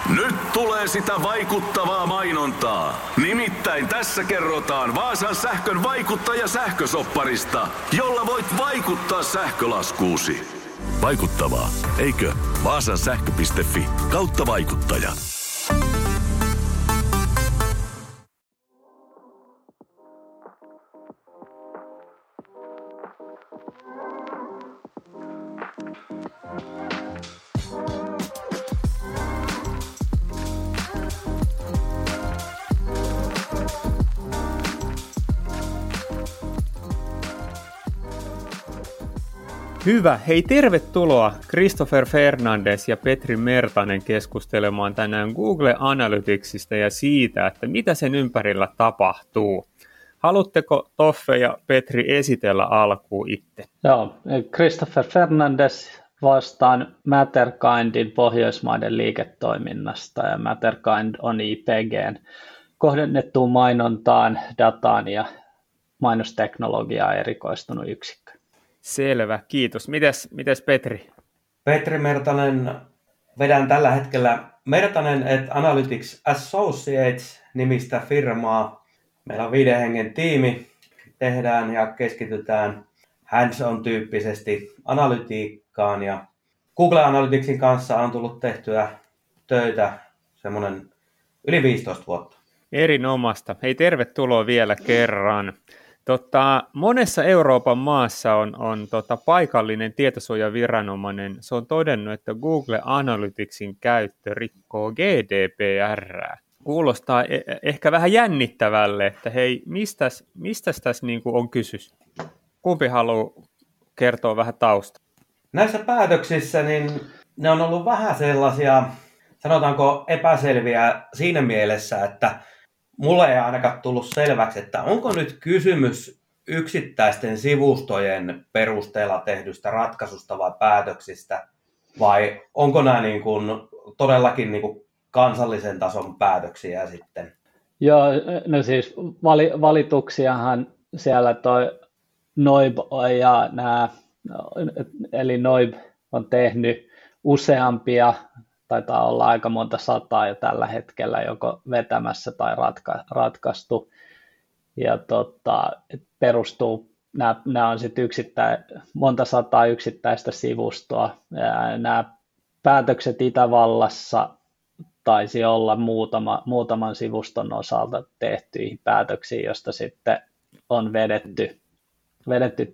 Nyt tulee sitä vaikuttavaa mainontaa. Nimittäin tässä kerrotaan Vaasan sähkön vaikuttaja sähkösopparista, jolla voit vaikuttaa sähkölaskuusi. Vaikuttavaa, eikö? Vaasansähkö.fi/vaikuttaja. Hyvä. Hei, tervetuloa Christopher Fernandes ja Petri Mertanen keskustelemaan tänään Google Analyticsista ja siitä, että mitä sen ympärillä tapahtuu. Haluatteko Toffe ja Petri esitellä alkuun itse? Joo, Christopher Fernandes, vastaan Matterkindin Pohjoismaiden liiketoiminnasta, ja Matterkind on IPG:n kohdennettuun mainontaan, dataan ja mainosteknologiaan erikoistunut yksikkö. Selvä, kiitos. Mites Petri? Petri Mertanen, vedän tällä hetkellä Mertanen & Analytics Associates -nimistä firmaa. Meillä on 5 hengen tiimi, tehdään ja keskitytään hands-on-tyyppisesti analytiikkaan, ja Google Analyticsin kanssa on tullut tehtyä töitä semmoinen yli 15 vuotta. Erinomaista. Hei, tervetuloa vielä kerran. Monessa Euroopan maassa on paikallinen tietosuojaviranomainen. Se on todennut, että Google Analyticsin käyttö rikkoo GDPR. Kuulostaa ehkä vähän jännittävälle, että hei, mistä tässä niin kuin on kysymys? Kumpi haluaa kertoa vähän tausta? Näissä päätöksissä niin ne on ollut vähän sellaisia, sanotaanko epäselviä siinä mielessä, että mulle ei ainakaan tullut selväksi, että onko nyt kysymys yksittäisten sivustojen perusteella tehdystä ratkaisusta vai päätöksistä, vai onko nämä niin kuin todellakin niin kuin kansallisen tason päätöksiä sitten? Joo, no siis valituksiahan siellä toi NOIB ja eli NOIB on tehnyt useampia, taitaa olla aika monta sataa jo tällä hetkellä joko vetämässä tai ratkaistu, ja perustuu, nämä on sitten monta sataa yksittäistä sivustoa. Nämä päätökset Itävallassa taisi olla muutaman sivuston osalta tehtyihin päätöksiin, josta sitten on vedetty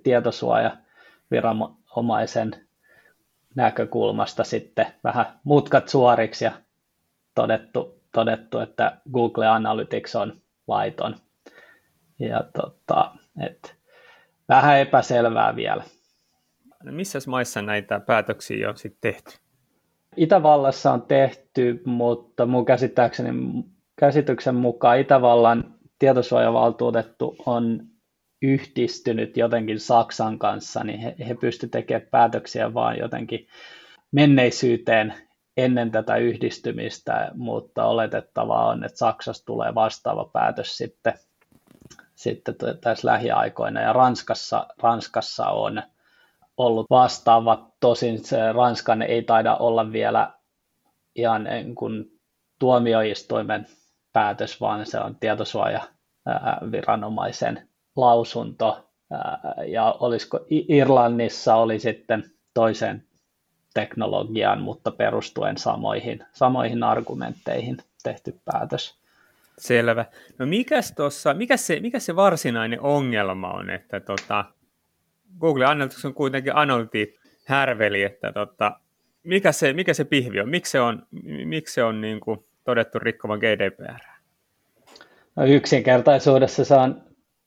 tietosuojaviranomaisen näkökulmasta sitten vähän mutkat suoriksi ja todettu, että Google Analytics on laiton. Ja vähän epäselvää vielä. Missä maissa näitä päätöksiä on sitten tehty? Itävallassa on tehty, mutta mun käsityksen mukaan Itävallan tietosuojavaltuutettu on yhdistynyt jotenkin Saksan kanssa, niin he pystyivät tekemään päätöksiä vaan jotenkin menneisyyteen ennen tätä yhdistymistä, mutta oletettavaa on, että Saksassa tulee vastaava päätös sitten tässä lähiaikoina, ja Ranskassa on ollut vastaava, tosin se Ranskan ei taida olla vielä ihan kuin tuomioistuimen päätös, vaan se on tietosuojaviranomaisen lausunto, ja olisiko Irlannissa oli sitten toisen teknologiaan, mutta perustuen samoihin argumentteihin tehty päätös. Selvä. No mikä se varsinainen ongelma on, että Google Analytics on kuitenkin härveli, että mikä se pihvi on? Miksi se on niin kuin todettu rikkovan GDPR? No yksinkertaisuudessa se on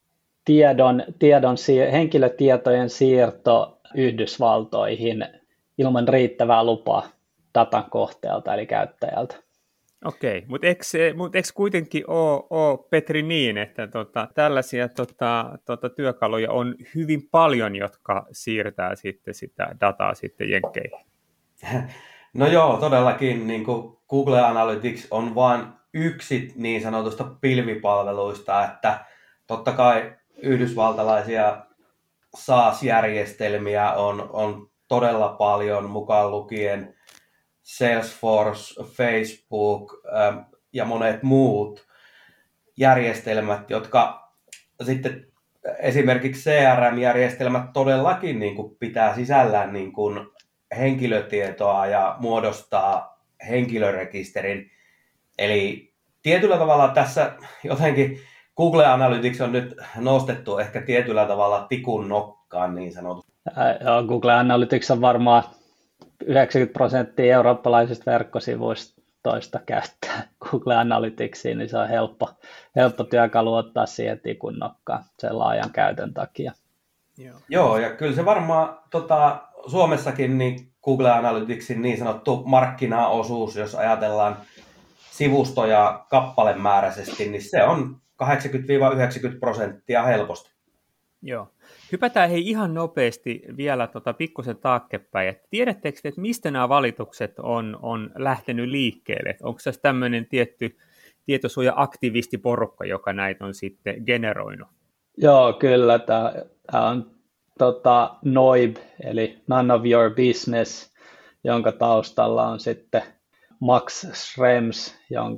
henkilötietojen siirto Yhdysvaltoihin ilman riittävää lupaa datan kohteelta eli käyttäjältä. Okei, mutta eikö kuitenkin ole Petri niin, että tällaisia työkaluja on hyvin paljon, jotka siirtää sitten sitä dataa sitten jenkkeihin? No joo, todellakin niin kuin Google Analytics on vain yksi niin sanotusta pilvipalveluista, että totta kai yhdysvaltalaisia SaaS-järjestelmiä on todella paljon, mukaan lukien Salesforce, Facebook ja monet muut järjestelmät, jotka sitten esimerkiksi CRM-järjestelmät todellakin niin kuin pitää sisällään niin kuin henkilötietoa ja muodostaa henkilörekisterin. Eli tietyllä tavalla tässä jotenkin Google Analytics on nyt nostettu ehkä tietyllä tavalla tikun nokkaan niin sanotusti. Google Analytics on varmaan 90% eurooppalaisista verkkosivuista käyttää Google Analyticsia, niin se on helppo työkalu ottaa siihen tikun nokkaan sen laajan käytön takia. Joo, ja kyllä se varmaan Suomessakin niin Google Analyticsin niin sanottu markkinaosuus, jos ajatellaan sivustoja kappalemääräisesti, niin se on 80-90% helposti. Joo. Hypätään ihan nopeasti vielä pikkusen taaksepäin. Et tiedättekö, että mistä nämä valitukset on lähtenyt liikkeelle? Onko se tämmöinen tietty tietosuoja-aktivistiporukka, joka näitä on sitten generoinut? Joo, kyllä. Tämä on NOIB, eli None of Your Business, jonka taustalla on sitten Max Schrems,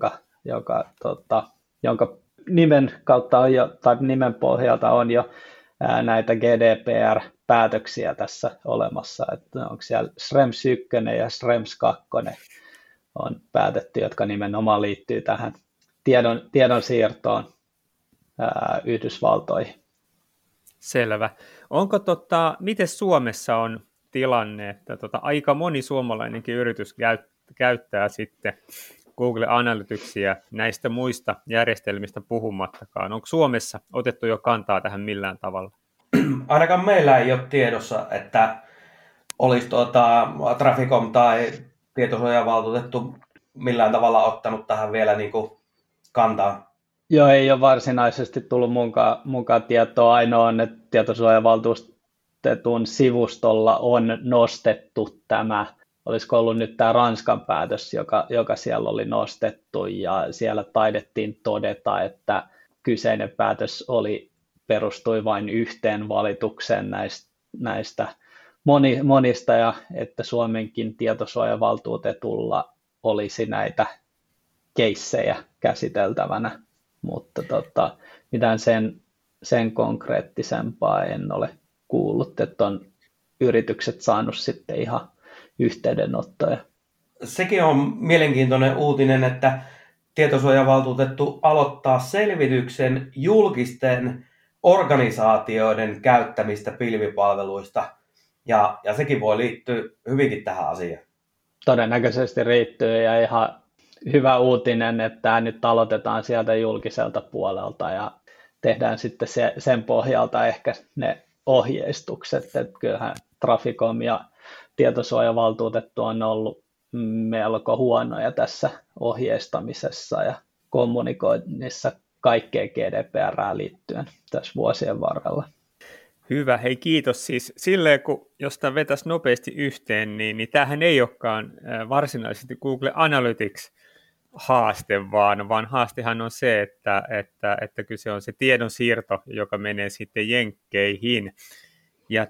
jonka nimen kautta on jo, tai nimen pohjalta on jo näitä GDPR-päätöksiä tässä olemassa, että onko siellä Schrems 1 ja Schrems 2 on päätetty, jotka nimenomaan liittyy tähän tiedon siirtoon Yhdysvaltoihin. Selvä. Onko miten Suomessa on tilanne, että aika moni suomalainenkin yritys käyttää sitten Google Analyticsia näistä muista järjestelmistä puhumattakaan. Onko Suomessa otettu jo kantaa tähän millään tavalla? Ainakaan meillä ei ole tiedossa, että olisi Traficom tai tietosuojavaltuutettu millään tavalla ottanut tähän vielä niin kuin kantaa. Joo, ei ole varsinaisesti tullut mukaan tietoa. Ainoa on, että tietosuojavaltuutetun sivustolla on nostettu tämä, olisiko ollut nyt tämä Ranskan päätös, joka siellä oli nostettu, ja siellä taidettiin todeta, että kyseinen päätös perustui vain yhteen valitukseen näistä monista, ja että Suomenkin tietosuojavaltuutetulla olisi näitä keissejä käsiteltävänä, mutta mitään sen konkreettisempaa en ole kuullut, että on yritykset saanut sitten ihan yhteydenottoja. Sekin on mielenkiintoinen uutinen, että tietosuojavaltuutettu aloittaa selvityksen julkisten organisaatioiden käyttämistä pilvipalveluista, ja sekin voi liittyä hyvinkin tähän asiaan. Todennäköisesti riittyy, ja ihan hyvä uutinen, että nyt aloitetaan sieltä julkiselta puolelta ja tehdään sitten sen pohjalta ehkä ne ohjeistukset, että kyllähän Traficom ja tietosuojavaltuutettu on ollut melko huonoja tässä ohjeistamisessa ja kommunikoinnissa kaikkeen GDPR:ään liittyen tässä vuosien varrella. Hyvä, hei kiitos. Siis silleen, kun jos tämä vetäisi nopeasti yhteen, niin tämähän ei olekaan varsinaisesti Google Analytics haaste, vaan haastehan on se, että kyse on se tiedonsiirto, joka menee sitten jenkkeihin. Ja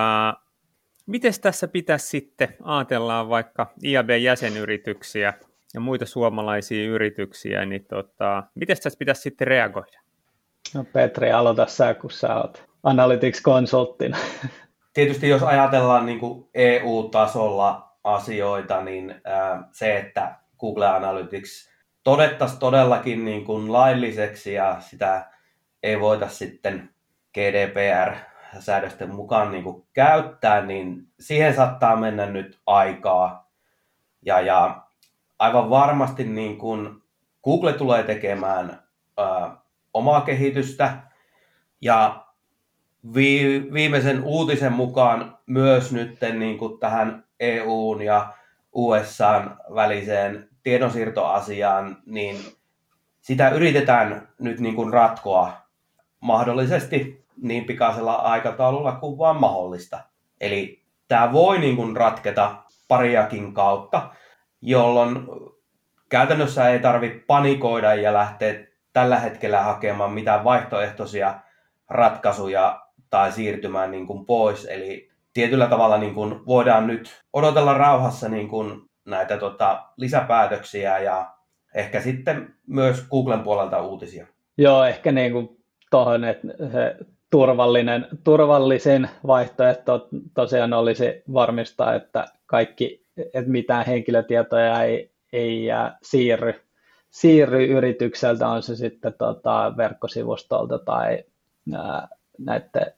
miten tässä pitäisi sitten, ajatellaan vaikka IAB-jäsenyrityksiä ja muita suomalaisia yrityksiä, niin miten tässä pitäisi sitten reagoida? No Petri, aloita sä, kun sä oot Analytics-konsulttina. Tietysti jos ajatellaan niin kuin EU-tasolla asioita, niin se, että Google Analytics todettaisiin todellakin niin kuin lailliseksi ja sitä ei voita sitten GDPR-säädösten mukaan niin kuin käyttää, niin siihen saattaa mennä nyt aikaa. Ja aivan varmasti niin kuin Google tulee tekemään omaa kehitystä, ja viimeisen uutisen mukaan myös nyt niin kuin tähän EUn ja USAn väliseen tiedonsiirtoasiaan, niin sitä yritetään nyt niin kuin ratkoa mahdollisesti niin pikaisella aikataululla kuin vaan mahdollista. Eli tämä voi niin kuin ratketa pariakin kautta, jolloin käytännössä ei tarvitse panikoida ja lähteä tällä hetkellä hakemaan mitään vaihtoehtoisia ratkaisuja tai siirtymään niin kuin pois. Eli tietyllä tavalla niin kuin voidaan nyt odotella rauhassa niin kuin näitä lisäpäätöksiä ja ehkä sitten myös Googlen puolelta uutisia. Joo, ehkä niin kuin tuohon, että se turvallisin vaihtoehto tosiaan olisi varmistaa, että että mitään henkilötietoja ei siirry yritykseltä, on se sitten verkkosivustolta tai näiden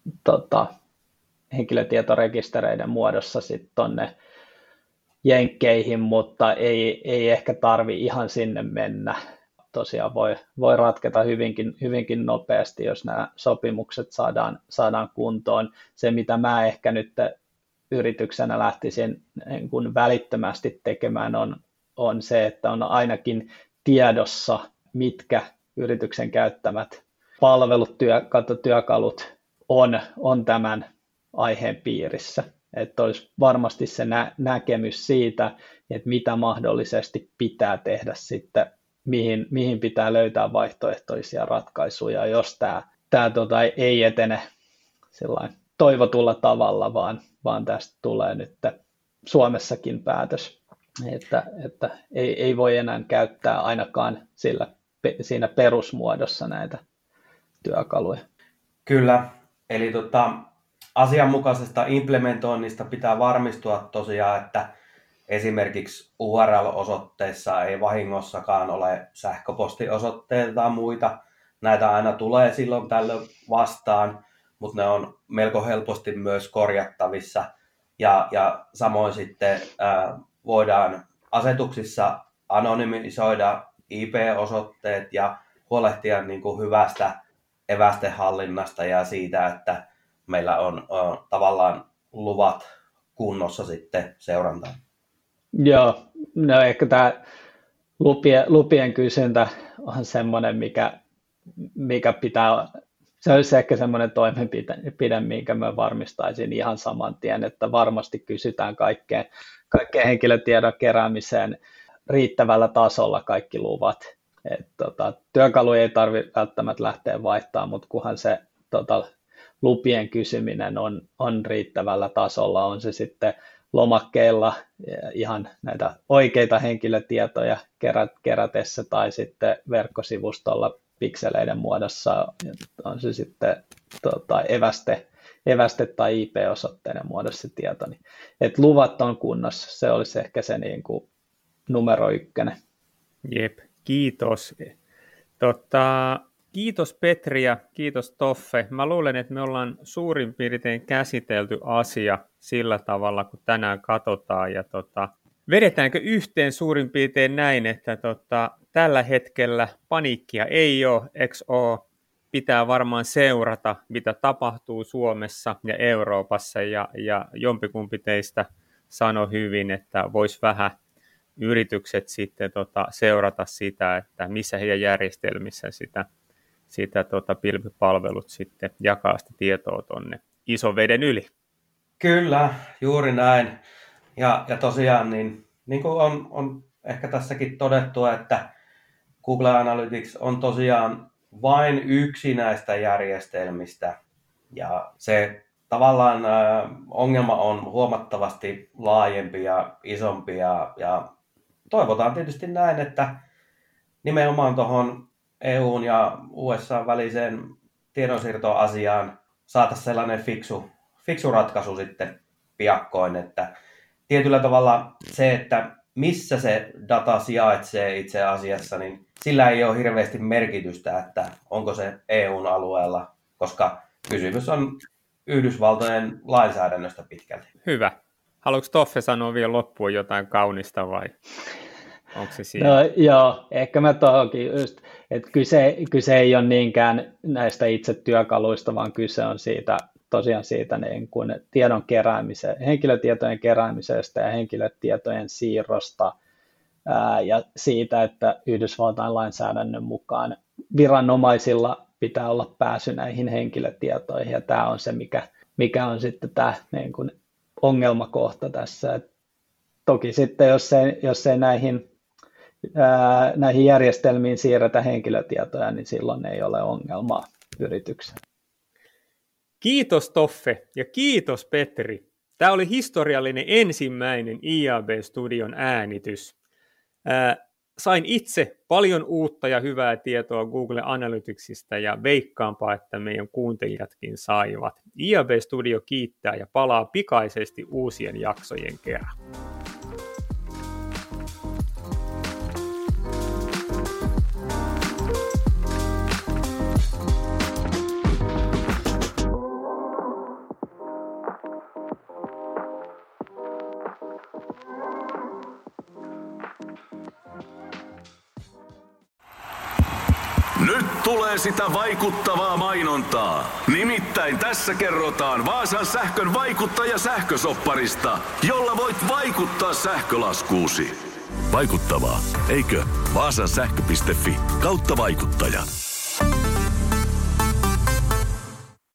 henkilötietorekistereiden muodossa sitten tuonne jenkkeihin, mutta ei ehkä tarvi ihan sinne mennä. Tosiaan voi ratketa hyvinkin nopeasti, jos nämä sopimukset saadaan kuntoon. Se, mitä mä ehkä nyt yrityksenä lähtisin niin kuin välittömästi tekemään, on se, että on ainakin tiedossa, mitkä yrityksen käyttämät palvelut, työkalut on tämän aiheen piirissä. Että olisi varmasti se näkemys siitä, että mitä mahdollisesti pitää tehdä sitten, mihin pitää löytää vaihtoehtoisia ratkaisuja, jos tämä ei etene toivotulla tavalla, vaan tästä tulee nyt Suomessakin päätös, että ei voi enää käyttää ainakaan siinä perusmuodossa näitä työkaluja. Kyllä, eli asianmukaisesta implementoinnista pitää varmistua tosiaan, että esimerkiksi URL-osoitteissa ei vahingossakaan ole sähköpostiosoitteita tai muita. Näitä aina tulee silloin tällöin vastaan, mutta ne on melko helposti myös korjattavissa. Ja samoin sitten voidaan asetuksissa anonymisoida IP-osoitteet ja huolehtia niin kuin hyvästä evästehallinnasta ja siitä, että meillä on tavallaan luvat kunnossa sitten seurantaan. Joo, no ehkä tämä lupien kysyntä on semmoinen, mikä pitää, se olisi ehkä semmoinen toimenpide, minkä mä varmistaisin ihan saman tien, että varmasti kysytään kaikkeen henkilötiedon keräämiseen riittävällä tasolla kaikki luvat. Työkaluja ei tarvitse välttämättä lähteä vaihtamaan, mutta kunhan se lupien kysyminen on riittävällä tasolla, on se sitten lomakkeilla ihan näitä oikeita henkilötietoja kerätessä tai sitten verkkosivustolla pikseleiden muodossa, on se sitten eväste tai IP-osoitteiden muodossa tieto, niin että luvat on kunnossa, se olisi ehkä se niin kuin numero 1. Jep, kiitos. Kiitos Petri ja kiitos Toffe. Mä luulen, että me ollaan suurin piirtein käsitelty asia sillä tavalla, kun tänään katsotaan. Ja vedetäänkö yhteen suurin piirtein näin, että tällä hetkellä paniikkia ei ole, pitää varmaan seurata, mitä tapahtuu Suomessa ja Euroopassa. Ja jompikumpi teistä sanoi hyvin, että vois vähän yritykset sitten seurata sitä, että missä heidän järjestelmissä sitä pilvipalvelut sitten jakaa sitä tietoa tuonne ison veden yli. Kyllä, juuri näin. Ja tosiaan niin kuin on ehkä tässäkin todettu, että Google Analytics on tosiaan vain yksi näistä järjestelmistä. Ja se tavallaan ongelma on huomattavasti laajempi ja isompi. Ja toivotaan tietysti näin, että nimenomaan tuohon EUn ja USA väliseen tiedonsiirtoasiaan saataisiin sellainen fiksu ratkaisu sitten piakkoin, että tietyllä tavalla se, että missä se data sijaitsee itse asiassa, niin sillä ei ole hirveästi merkitystä, että onko se EUn alueella, koska kysymys on Yhdysvaltojen lainsäädännöstä pitkälti. Hyvä. Haluatko Toffe sanoa vielä loppuun jotain kaunista vai onko se siinä? No, joo, ehkä mä tohonkin just, että kyse ei ole niinkään näistä itse työkaluista, vaan kyse on tosiaan siitä niin kuin henkilötietojen keräämisestä ja henkilötietojen siirrosta ja siitä, että Yhdysvaltain lainsäädännön mukaan viranomaisilla pitää olla pääsy näihin henkilötietoihin, ja tämä on se, mikä on sitten tämä niin kuin ongelmakohta tässä. Et toki sitten, jos ei näihin järjestelmiin siirretä henkilötietoja, niin silloin ei ole ongelmaa yritykseen. Kiitos Toffe ja kiitos Petri. Tämä oli historiallinen ensimmäinen IAB Studion äänitys. Sain itse paljon uutta ja hyvää tietoa Google Analyticsista ja veikkaanpa, että meidän kuuntelijatkin saivat. IAB Studio kiittää ja palaa pikaisesti uusien jaksojen kerran. Nyt tulee sitä vaikuttavaa mainontaa. Nimittäin tässä kerrotaan Vaasan sähkön vaikuttaja sähkösopparista, jolla voit vaikuttaa sähkölaskuusi. Vaikuttavaa, eikö? Vaasansähkö.fi/vaikuttaja.